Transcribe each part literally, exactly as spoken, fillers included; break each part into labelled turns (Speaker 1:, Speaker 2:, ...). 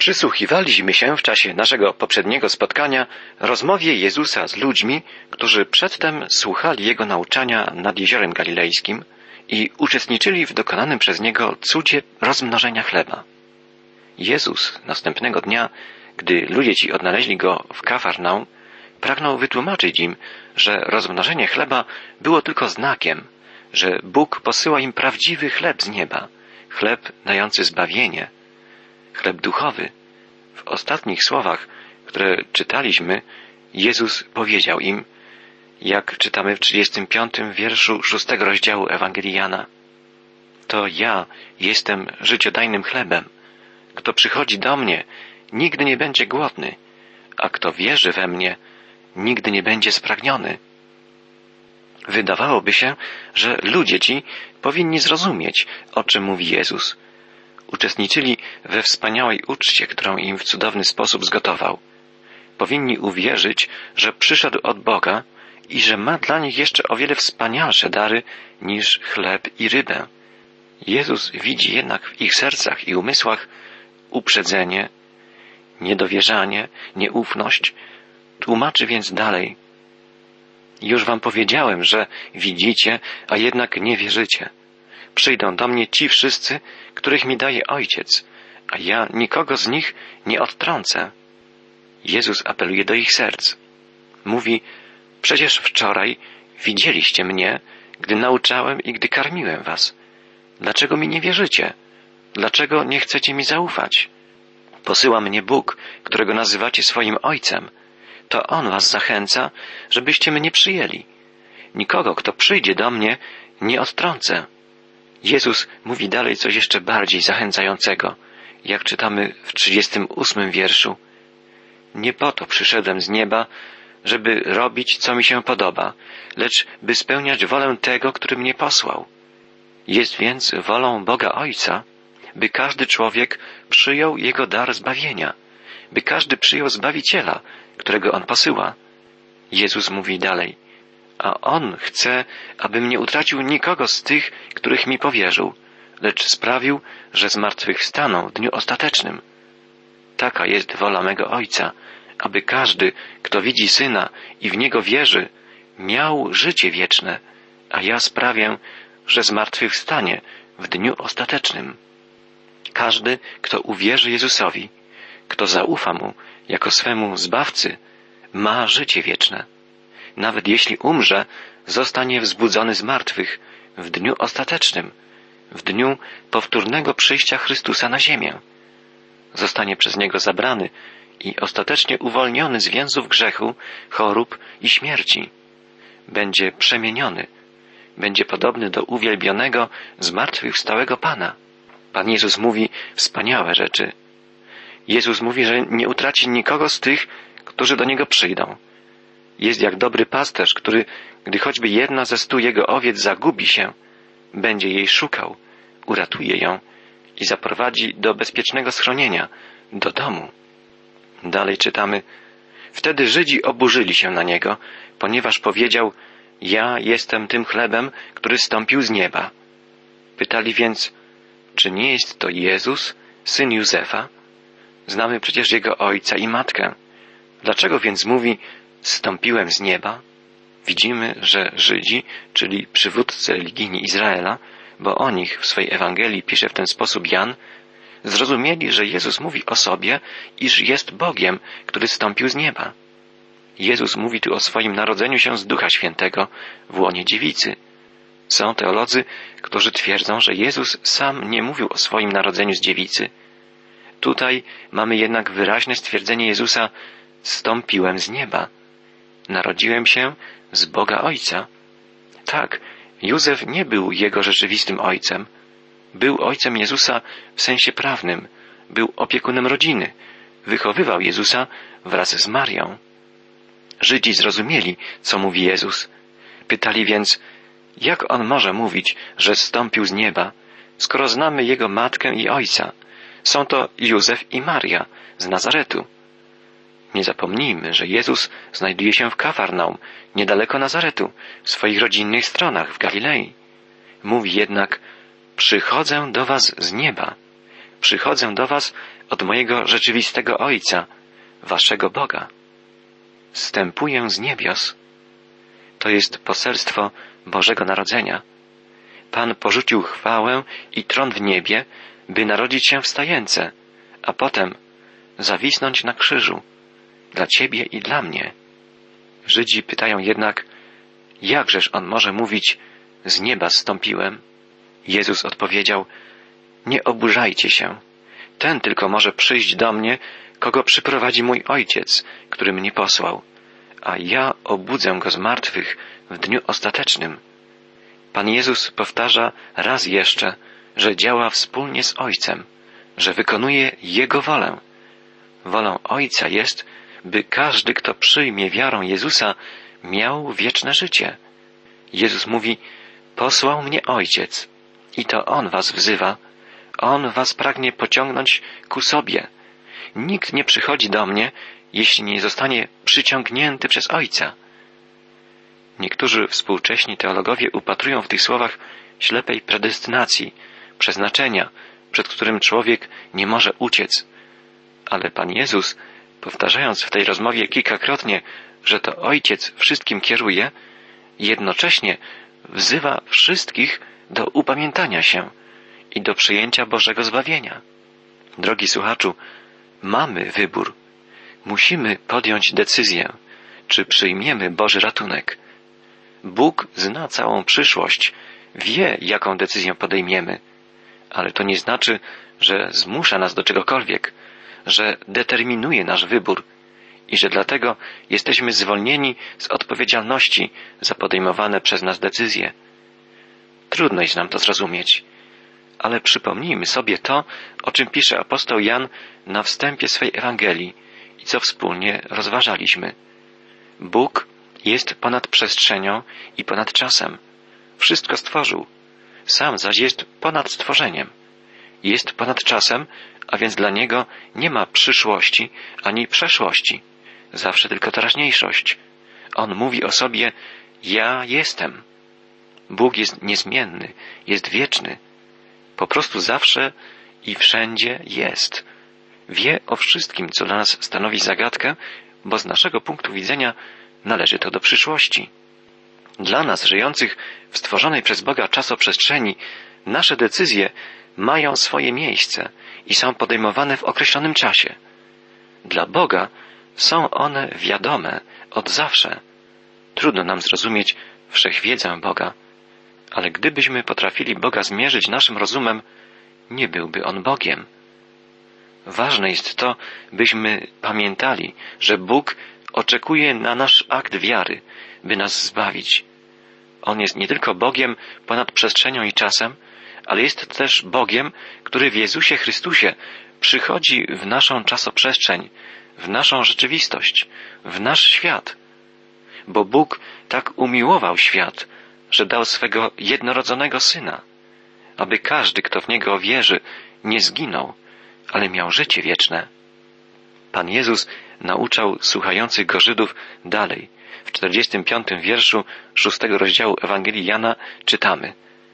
Speaker 1: Przysłuchiwaliśmy się w czasie naszego poprzedniego spotkania rozmowie Jezusa z ludźmi, którzy przedtem słuchali Jego nauczania nad Jeziorem Galilejskim i uczestniczyli w dokonanym przez Niego cudzie rozmnożenia chleba. Jezus następnego dnia, gdy ludzie ci odnaleźli Go w Kafarnaum, pragnął wytłumaczyć im, że rozmnożenie chleba było tylko znakiem, że Bóg posyła im prawdziwy chleb z nieba, chleb dający zbawienie, chleb duchowy. W ostatnich słowach, które czytaliśmy, Jezus powiedział im, jak czytamy w trzydziestym piątym wierszu szóstego rozdziału Ewangelii Jana: to ja jestem życiodajnym chlebem. Kto przychodzi do mnie, nigdy nie będzie głodny, a kto wierzy we mnie, nigdy nie będzie spragniony. Wydawałoby się, że ludzie ci powinni zrozumieć, o czym mówi Jezus. Uczestniczyli we wspaniałej uczcie, którą im w cudowny sposób zgotował. Powinni uwierzyć, że przyszedł od Boga i że ma dla nich jeszcze o wiele wspanialsze dary niż chleb i rybę. Jezus widzi jednak w ich sercach i umysłach uprzedzenie, niedowierzanie, nieufność. Tłumaczy więc dalej: już wam powiedziałem, że widzicie, a jednak nie wierzycie. Przyjdą do mnie ci wszyscy, których mi daje Ojciec, a ja nikogo z nich nie odtrącę. Jezus apeluje do ich serc. Mówi: przecież wczoraj widzieliście mnie, gdy nauczałem i gdy karmiłem was. Dlaczego mi nie wierzycie? Dlaczego nie chcecie mi zaufać? Posyła mnie Bóg, którego nazywacie swoim Ojcem. To On was zachęca, żebyście mnie przyjęli. Nikogo, kto przyjdzie do mnie, nie odtrącę. Jezus mówi dalej coś jeszcze bardziej zachęcającego, jak czytamy w trzydziestym ósmym wierszu. Nie po to przyszedłem z nieba, żeby robić, co mi się podoba, lecz by spełniać wolę tego, który mnie posłał. Jest więc wolą Boga Ojca, by każdy człowiek przyjął Jego dar zbawienia, by każdy przyjął Zbawiciela, którego On posyła. Jezus mówi dalej: a On chce, abym nie utracił nikogo z tych, których mi powierzył, lecz sprawił, że zmartwychwstaną w dniu ostatecznym. Taka jest wola mego Ojca, aby każdy, kto widzi Syna i w Niego wierzy, miał życie wieczne, a ja sprawię, że zmartwychwstanie w dniu ostatecznym. Każdy, kto uwierzy Jezusowi, kto zaufa Mu jako swemu Zbawcy, ma życie wieczne. Nawet jeśli umrze, zostanie wzbudzony z martwych w dniu ostatecznym, w dniu powtórnego przyjścia Chrystusa na ziemię. Zostanie przez Niego zabrany i ostatecznie uwolniony z więzów grzechu, chorób i śmierci. Będzie przemieniony. Będzie podobny do uwielbionego, zmartwychwstałego Pana. Pan Jezus mówi wspaniałe rzeczy. Jezus mówi, że nie utraci nikogo z tych, którzy do Niego przyjdą. Jest jak dobry pasterz, który, gdy choćby jedna ze stu jego owiec zagubi się, będzie jej szukał, uratuje ją i zaprowadzi do bezpiecznego schronienia, do domu. Dalej czytamy: wtedy Żydzi oburzyli się na Niego, ponieważ powiedział: ja jestem tym chlebem, który zstąpił z nieba. Pytali więc: czy nie jest to Jezus, syn Józefa? Znamy przecież Jego ojca i matkę. Dlaczego więc mówi: zstąpiłem z nieba? Widzimy, że Żydzi, czyli przywódcy religijni Izraela, bo o nich w swej Ewangelii pisze w ten sposób Jan, zrozumieli, że Jezus mówi o sobie, iż jest Bogiem, który zstąpił z nieba. Jezus mówi tu o swoim narodzeniu się z Ducha Świętego w łonie dziewicy. Są teolodzy, którzy twierdzą, że Jezus sam nie mówił o swoim narodzeniu z dziewicy. Tutaj mamy jednak wyraźne stwierdzenie Jezusa: zstąpiłem z nieba. Narodziłem się z Boga Ojca. Tak, Józef nie był Jego rzeczywistym ojcem. Był ojcem Jezusa w sensie prawnym. Był opiekunem rodziny. Wychowywał Jezusa wraz z Marią. Żydzi zrozumieli, co mówi Jezus. Pytali więc: jak On może mówić, że zstąpił z nieba, skoro znamy Jego matkę i ojca? Są to Józef i Maria z Nazaretu. Nie zapomnijmy, że Jezus znajduje się w Kafarnaum, niedaleko Nazaretu, w swoich rodzinnych stronach w Galilei. Mówi jednak: przychodzę do was z nieba. Przychodzę do was, od mojego rzeczywistego Ojca, waszego Boga. Zstępuję z niebios. To jest poselstwo Bożego Narodzenia. Pan porzucił chwałę i tron w niebie, by narodzić się w stajence, a potem zawisnąć na krzyżu dla ciebie i dla mnie. Żydzi pytają jednak, jakżeż on może mówić, z nieba zstąpiłem? Jezus odpowiedział, nie oburzajcie się. Ten tylko może przyjść do mnie, kogo przyprowadzi mój Ojciec, który mnie posłał, a ja obudzę go z martwych w dniu ostatecznym. Pan Jezus powtarza raz jeszcze, że działa wspólnie z Ojcem, że wykonuje Jego wolę. Wolą Ojca jest, by każdy, kto przyjmie wiarą Jezusa, miał wieczne życie. Jezus mówi, posłał mnie Ojciec i to On was wzywa, On was pragnie pociągnąć ku sobie. Nikt nie przychodzi do mnie, jeśli nie zostanie przyciągnięty przez Ojca. Niektórzy współcześni teologowie upatrują w tych słowach ślepej predestynacji, przeznaczenia, przed którym człowiek nie może uciec. Ale Pan Jezus, powtarzając w tej rozmowie kilkakrotnie, że to Ojciec wszystkim kieruje, jednocześnie wzywa wszystkich do upamiętania się i do przyjęcia Bożego zbawienia. Drogi słuchaczu, mamy wybór. Musimy podjąć decyzję, czy przyjmiemy Boży ratunek. Bóg zna całą przyszłość, wie, jaką decyzję podejmiemy, ale to nie znaczy, że zmusza nas do czegokolwiek, że determinuje nasz wybór i że dlatego jesteśmy zwolnieni z odpowiedzialności za podejmowane przez nas decyzje. Trudno jest nam to zrozumieć, ale przypomnijmy sobie to, o czym pisze apostoł Jan na wstępie swej Ewangelii i co wspólnie rozważaliśmy. Bóg jest ponad przestrzenią i ponad czasem. Wszystko stworzył. Sam zaś jest ponad stworzeniem. Jest ponad czasem, a więc dla Niego nie ma przyszłości ani przeszłości. Zawsze tylko teraźniejszość. On mówi o sobie, ja jestem. Bóg jest niezmienny, jest wieczny. Po prostu zawsze i wszędzie jest. Wie o wszystkim, co dla nas stanowi zagadkę, bo z naszego punktu widzenia należy to do przyszłości. Dla nas, żyjących w stworzonej przez Boga czasoprzestrzeni, nasze decyzje mają swoje miejsce i są podejmowane w określonym czasie. Dla Boga są one wiadome od zawsze. Trudno nam zrozumieć wszechwiedzę Boga, ale gdybyśmy potrafili Boga zmierzyć naszym rozumem, nie byłby On Bogiem. Ważne jest to, byśmy pamiętali, że Bóg oczekuje na nasz akt wiary, by nas zbawić. On jest nie tylko Bogiem ponad przestrzenią i czasem, ale jest też Bogiem, który w Jezusie Chrystusie przychodzi w naszą czasoprzestrzeń, w naszą rzeczywistość, w nasz świat. Bo Bóg tak umiłował świat, że dał swego jednorodzonego Syna, aby każdy, kto w Niego wierzy, nie zginął, ale miał życie wieczne. Pan Jezus nauczał słuchających Go Żydów dalej. W czterdziestym piątym wierszu szóstego rozdziału Ewangelii Jana czytamy: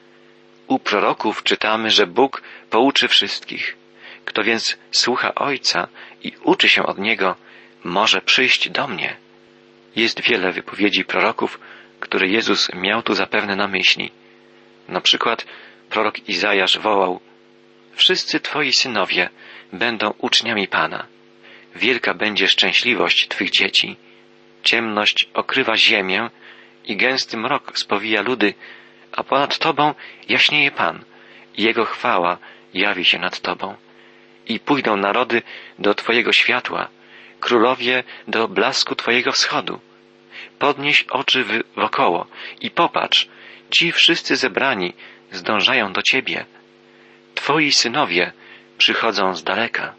Speaker 1: U proroków czytamy, że Bóg pouczy wszystkich. Kto więc słucha Ojca i uczy się od Niego, może przyjść do mnie. Jest wiele wypowiedzi proroków, które Jezus miał tu zapewne na myśli. Na przykład prorok Izajasz wołał: Wszyscy Twoi synowie będą uczniami Pana. Wielka będzie szczęśliwość Twych dzieci. Ciemność okrywa ziemię i gęsty mrok spowija ludy, a ponad Tobą jaśnieje Pan i Jego chwała jawi się nad Tobą. I pójdą narody do Twojego światła, królowie do blasku Twojego wschodu. Podnieś oczy wokoło i popatrz, ci wszyscy zebrani zdążają do Ciebie. Twoi synowie przychodzą z daleka.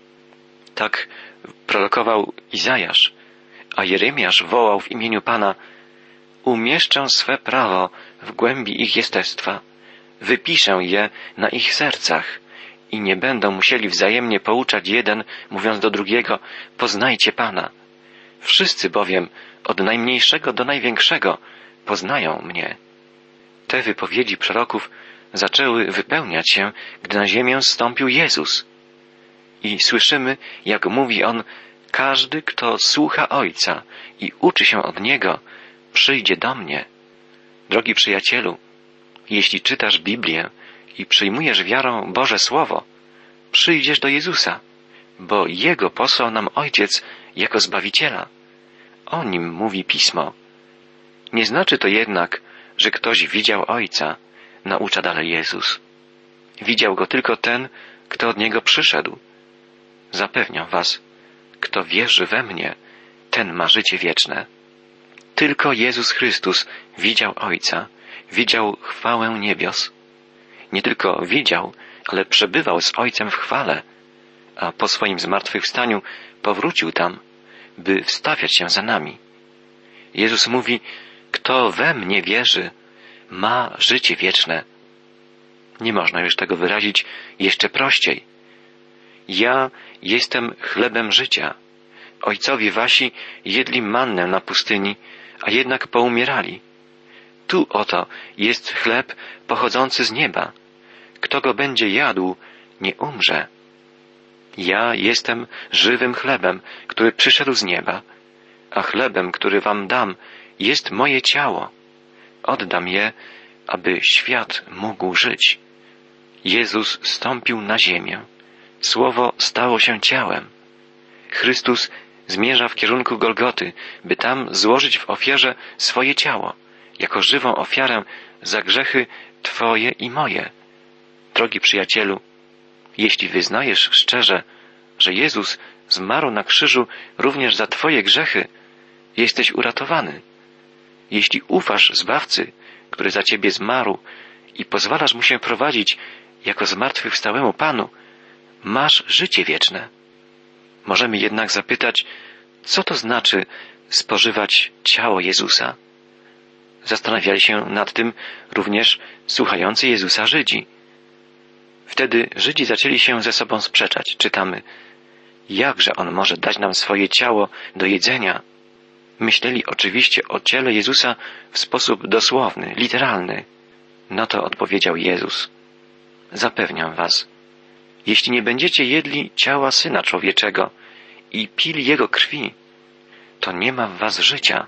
Speaker 1: Tak prorokował Izajasz, a Jeremiasz wołał w imieniu Pana: Umieszczę swe prawo w głębi ich jestestwa, wypiszę je na ich sercach i nie będą musieli wzajemnie pouczać jeden, mówiąc do drugiego: poznajcie Pana. Wszyscy bowiem, od najmniejszego do największego, poznają mnie. Te wypowiedzi proroków zaczęły wypełniać się, gdy na ziemię zstąpił Jezus. I słyszymy, jak mówi on: każdy, kto słucha Ojca i uczy się od Niego, przyjdzie do mnie. Drogi przyjacielu, jeśli czytasz Biblię i przyjmujesz wiarą Boże Słowo, przyjdziesz do Jezusa, bo Jego posłał nam Ojciec jako Zbawiciela. O Nim mówi Pismo. Nie znaczy to jednak, że ktoś widział Ojca, naucza dalej Jezus. Widział Go tylko ten, kto od Niego przyszedł. Zapewniam was, kto wierzy we mnie, ten ma życie wieczne. Tylko Jezus Chrystus widział Ojca, widział chwałę niebios. Nie tylko widział, ale przebywał z Ojcem w chwale, a po swoim zmartwychwstaniu powrócił tam, by wstawiać się za nami. Jezus mówi: kto we mnie wierzy, ma życie wieczne. Nie można już tego wyrazić jeszcze prościej. Ja jestem chlebem życia. Ojcowie wasi jedli mannę na pustyni, a jednak poumierali. Tu oto jest chleb pochodzący z nieba. Kto go będzie jadł, nie umrze. Ja jestem żywym chlebem, który przyszedł z nieba, a chlebem, który wam dam, jest moje ciało. Oddam je, aby świat mógł żyć. Jezus stąpił na ziemię. Słowo stało się ciałem. Chrystus zmierza w kierunku Golgoty, by tam złożyć w ofierze swoje ciało, jako żywą ofiarę za grzechy Twoje i moje. Drogi przyjacielu, jeśli wyznajesz szczerze, że Jezus zmarł na krzyżu również za Twoje grzechy, jesteś uratowany. Jeśli ufasz Zbawcy, który za Ciebie zmarł, i pozwalasz Mu się prowadzić jako zmartwychwstałemu Panu, masz życie wieczne. Możemy jednak zapytać, co to znaczy spożywać ciało Jezusa? Zastanawiali się nad tym również słuchający Jezusa Żydzi. Wtedy Żydzi zaczęli się ze sobą sprzeczać. Czytamy: jakże On może dać nam swoje ciało do jedzenia? Myśleli oczywiście o ciele Jezusa w sposób dosłowny, literalny. No to odpowiedział Jezus: zapewniam was, jeśli nie będziecie jedli ciała Syna Człowieczego i pili Jego krwi, to nie ma w was życia.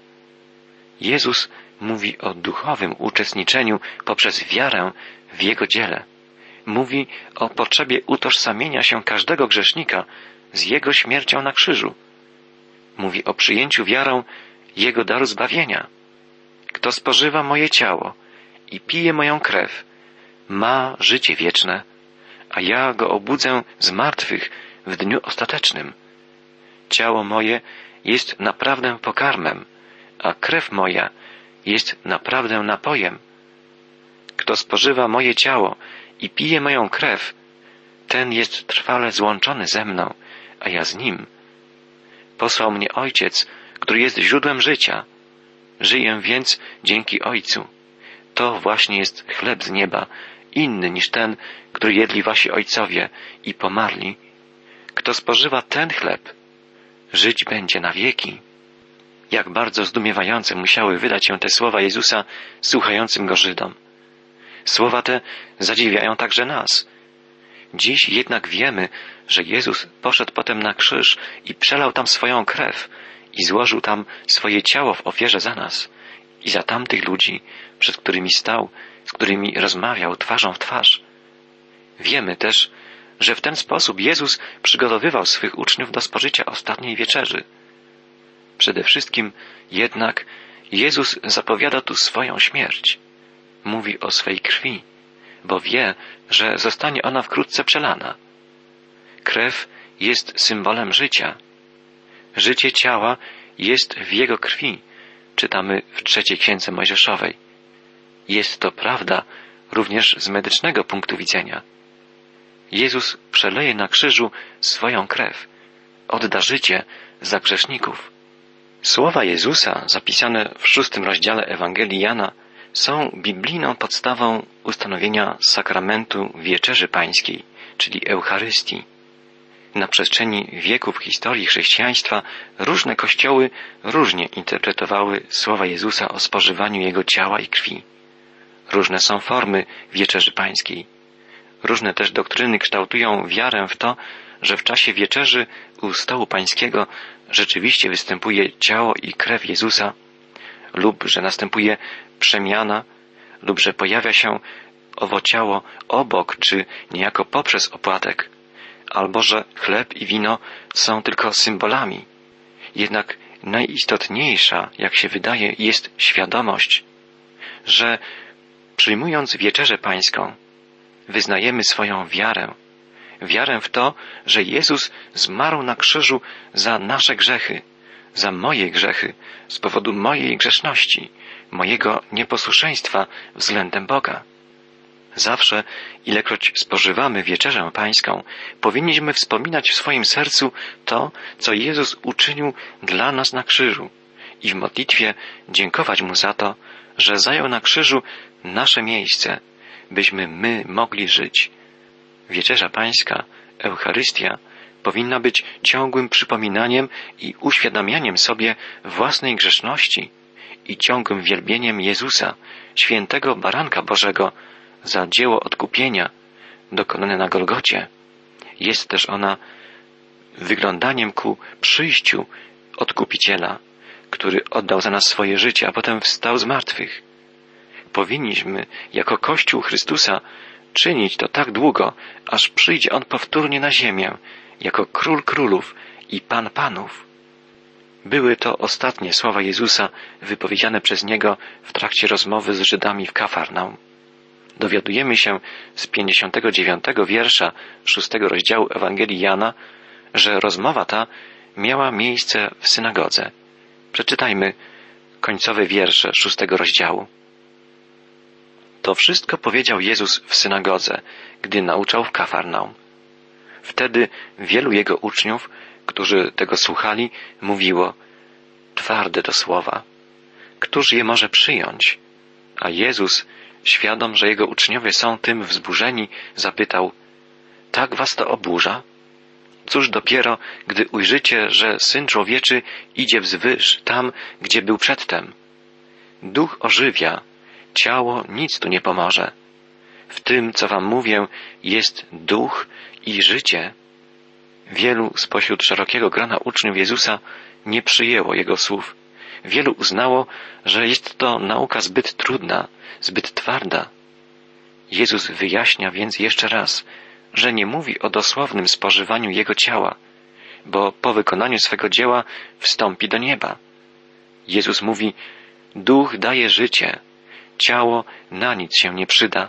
Speaker 1: Jezus mówi o duchowym uczestniczeniu poprzez wiarę w Jego dziele. Mówi o potrzebie utożsamienia się każdego grzesznika z Jego śmiercią na krzyżu. Mówi o przyjęciu wiarą Jego daru zbawienia. Kto spożywa moje ciało i pije moją krew, ma życie wieczne, a ja go obudzę z martwych w dniu ostatecznym. Ciało moje jest naprawdę pokarmem, a krew moja jest naprawdę napojem. Kto spożywa moje ciało i pije moją krew, ten jest trwale złączony ze mną, a ja z nim. Posłał mnie Ojciec, który jest źródłem życia. Żyję więc dzięki Ojcu. To właśnie jest chleb z nieba, inny niż ten, który jedli wasi ojcowie i pomarli. Kto spożywa ten chleb, żyć będzie na wieki. Jak bardzo zdumiewające musiały wydać się te słowa Jezusa słuchającym Go Żydom. Słowa te zadziwiają także nas. Dziś jednak wiemy, że Jezus poszedł potem na krzyż i przelał tam swoją krew i złożył tam swoje ciało w ofierze za nas i za tamtych ludzi, przed którymi stał, z którymi rozmawiał twarzą w twarz. Wiemy też, że w ten sposób Jezus przygotowywał swych uczniów do spożycia ostatniej wieczerzy. Przede wszystkim jednak Jezus zapowiada tu swoją śmierć. Mówi o swej krwi, bo wie, że zostanie ona wkrótce przelana. Krew jest symbolem życia. Życie ciała jest w Jego krwi, czytamy w trzeciej księdze Mojżeszowej. Jest to prawda również z medycznego punktu widzenia. Jezus przeleje na krzyżu swoją krew, odda życie za grzeszników. Słowa Jezusa zapisane w szóstym rozdziale Ewangelii Jana są biblijną podstawą ustanowienia sakramentu Wieczerzy Pańskiej, czyli Eucharystii. Na przestrzeni wieków historii chrześcijaństwa różne kościoły różnie interpretowały słowa Jezusa o spożywaniu Jego ciała i krwi. Różne są formy Wieczerzy Pańskiej. Różne też doktryny kształtują wiarę w to, że w czasie wieczerzy u stołu pańskiego rzeczywiście występuje ciało i krew Jezusa, lub że następuje przemiana, lub że pojawia się owo ciało obok czy niejako poprzez opłatek, albo że chleb i wino są tylko symbolami. Jednak najistotniejsza, jak się wydaje, jest świadomość, że przyjmując wieczerzę pańską, wyznajemy swoją wiarę, wiarę w to, że Jezus zmarł na krzyżu za nasze grzechy, za moje grzechy, z powodu mojej grzeszności, mojego nieposłuszeństwa względem Boga. Zawsze, ilekroć spożywamy wieczerzę pańską, powinniśmy wspominać w swoim sercu to, co Jezus uczynił dla nas na krzyżu i w modlitwie dziękować Mu za to, że zajął na krzyżu nasze miejsce, byśmy my mogli żyć. Wieczerza pańska, Eucharystia, powinna być ciągłym przypominaniem i uświadamianiem sobie własnej grzeszności i ciągłym wielbieniem Jezusa, świętego Baranka Bożego, za dzieło odkupienia dokonane na Golgocie. Jest też ona wyglądaniem ku przyjściu Odkupiciela, który oddał za nas swoje życie, a potem wstał z martwych. Powinniśmy, jako Kościół Chrystusa, czynić to tak długo, aż przyjdzie On powtórnie na ziemię, jako Król Królów i Pan Panów. Były to ostatnie słowa Jezusa wypowiedziane przez Niego w trakcie rozmowy z Żydami w Kafarnaum. Dowiadujemy się z pięćdziesiątego dziewiątego wiersza szóstego rozdziału Ewangelii Jana, że rozmowa ta miała miejsce w synagodze. Przeczytajmy końcowe wiersze szóstego rozdziału. To wszystko powiedział Jezus w synagodze, gdy nauczał w Kafarnaum. Wtedy wielu Jego uczniów, którzy tego słuchali, mówiło: twarde to słowa, któż je może przyjąć? A Jezus, świadom, że Jego uczniowie są tym wzburzeni, zapytał: tak was to oburza? Cóż dopiero, gdy ujrzycie, że Syn Człowieczy idzie wzwyż, tam, gdzie był przedtem. Duch ożywia, ciało nic tu nie pomoże. W tym, co wam mówię, jest duch i życie. Wielu spośród szerokiego grona uczniów Jezusa nie przyjęło Jego słów. Wielu uznało, że jest to nauka zbyt trudna, zbyt twarda. Jezus wyjaśnia więc jeszcze raz, że nie mówi o dosłownym spożywaniu Jego ciała, bo po wykonaniu swego dzieła wstąpi do nieba. Jezus mówi: duch daje życie, ciało na nic się nie przyda.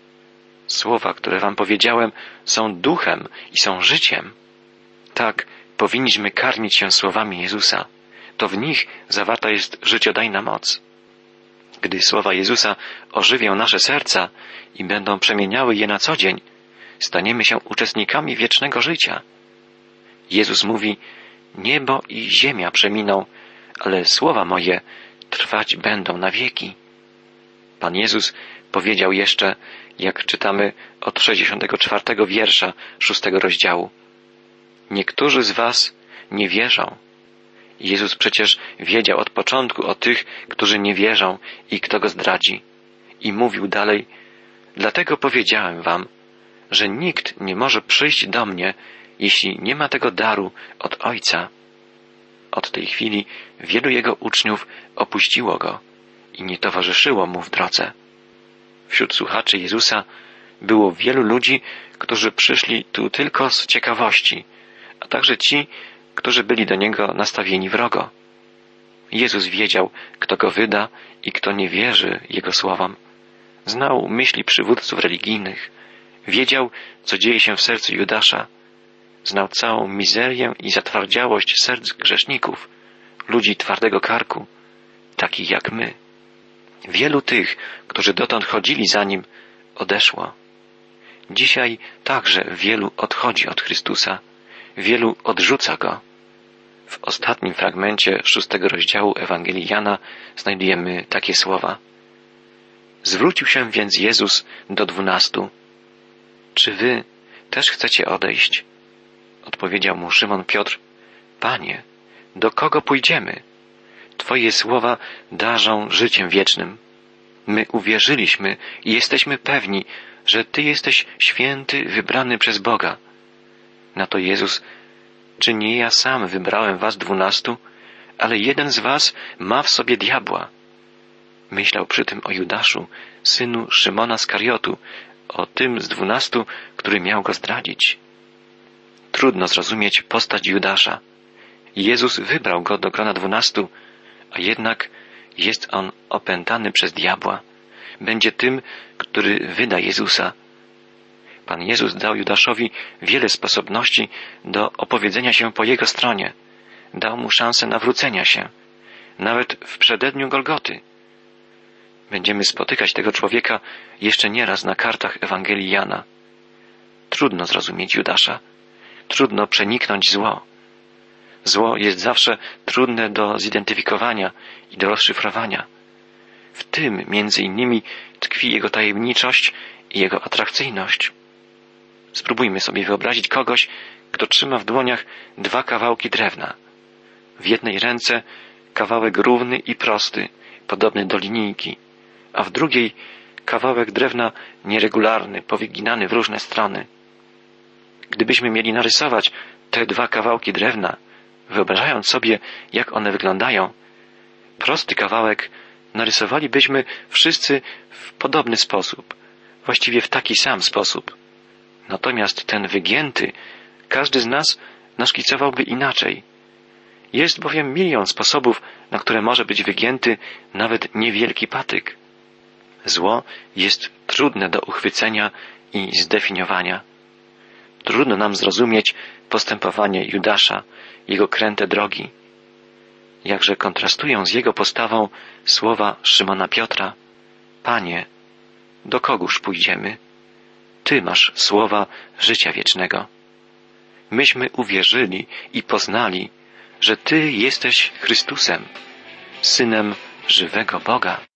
Speaker 1: Słowa, które wam powiedziałem, są duchem i są życiem. Tak, powinniśmy karmić się słowami Jezusa. To w nich zawarta jest życiodajna moc. Gdy słowa Jezusa ożywią nasze serca i będą przemieniały je na co dzień, staniemy się uczestnikami wiecznego życia. Jezus mówi: niebo i ziemia przeminą, ale słowa moje trwać będą na wieki. Pan Jezus powiedział jeszcze, jak czytamy od sześćdziesiątego czwartego wiersza szóstego rozdziału: niektórzy z was nie wierzą. Jezus przecież wiedział od początku o tych, którzy nie wierzą i kto Go zdradzi. I mówił dalej: dlatego powiedziałem wam, że nikt nie może przyjść do mnie, jeśli nie ma tego daru od Ojca. Od tej chwili wielu Jego uczniów opuściło Go i nie towarzyszyło Mu w drodze. Wśród słuchaczy Jezusa było wielu ludzi, którzy przyszli tu tylko z ciekawości, a także ci, którzy byli do Niego nastawieni wrogo. Jezus wiedział, kto Go wyda i kto nie wierzy Jego słowom. Znał myśli przywódców religijnych. Wiedział, co dzieje się w sercu Judasza. Znał całą mizerię i zatwardziałość serc grzeszników, ludzi twardego karku, takich jak my. Wielu tych, którzy dotąd chodzili za Nim, odeszło. Dzisiaj także wielu odchodzi od Chrystusa. Wielu odrzuca Go. W ostatnim fragmencie szóstego rozdziału Ewangelii Jana znajdujemy takie słowa. Zwrócił się więc Jezus do dwunastu. Czy wy też chcecie odejść? Odpowiedział mu Szymon Piotr: Panie, do kogo pójdziemy? Twoje słowa darzą życiem wiecznym. My uwierzyliśmy i jesteśmy pewni, że Ty jesteś święty, wybrany przez Boga. Na to Jezus: czy nie ja sam wybrałem was dwunastu, ale jeden z was ma w sobie diabła. Myślał przy tym o Judaszu, synu Szymona z Kariotu, o tym z dwunastu, który miał go zdradzić. Trudno zrozumieć postać Judasza. Jezus wybrał go do grona dwunastu, a jednak jest on opętany przez diabła. Będzie tym, który wyda Jezusa. Pan Jezus dał Judaszowi wiele sposobności do opowiedzenia się po jego stronie. Dał mu szansę nawrócenia się, nawet w przededniu Golgoty. Będziemy spotykać tego człowieka jeszcze nieraz na kartach Ewangelii Jana. Trudno zrozumieć Judasza. Trudno przeniknąć zło. Zło jest zawsze trudne do zidentyfikowania i do rozszyfrowania. W tym między innymi tkwi jego tajemniczość i jego atrakcyjność. Spróbujmy sobie wyobrazić kogoś, kto trzyma w dłoniach dwa kawałki drewna. W jednej ręce kawałek równy i prosty, podobny do linijki, a w drugiej kawałek drewna nieregularny, powyginany w różne strony. Gdybyśmy mieli narysować te dwa kawałki drewna, wyobrażając sobie, jak one wyglądają, prosty kawałek narysowalibyśmy wszyscy w podobny sposób, właściwie w taki sam sposób. Natomiast ten wygięty, każdy z nas naszkicowałby inaczej. Jest bowiem milion sposobów, na które może być wygięty nawet niewielki patyk. Zło jest trudne do uchwycenia i zdefiniowania. Trudno nam zrozumieć postępowanie Judasza, jego kręte drogi. Jakże kontrastują z jego postawą słowa Szymona Piotra: Panie, do kogóż pójdziemy? Ty masz słowa życia wiecznego. Myśmy uwierzyli i poznali, że Ty jesteś Chrystusem, Synem żywego Boga.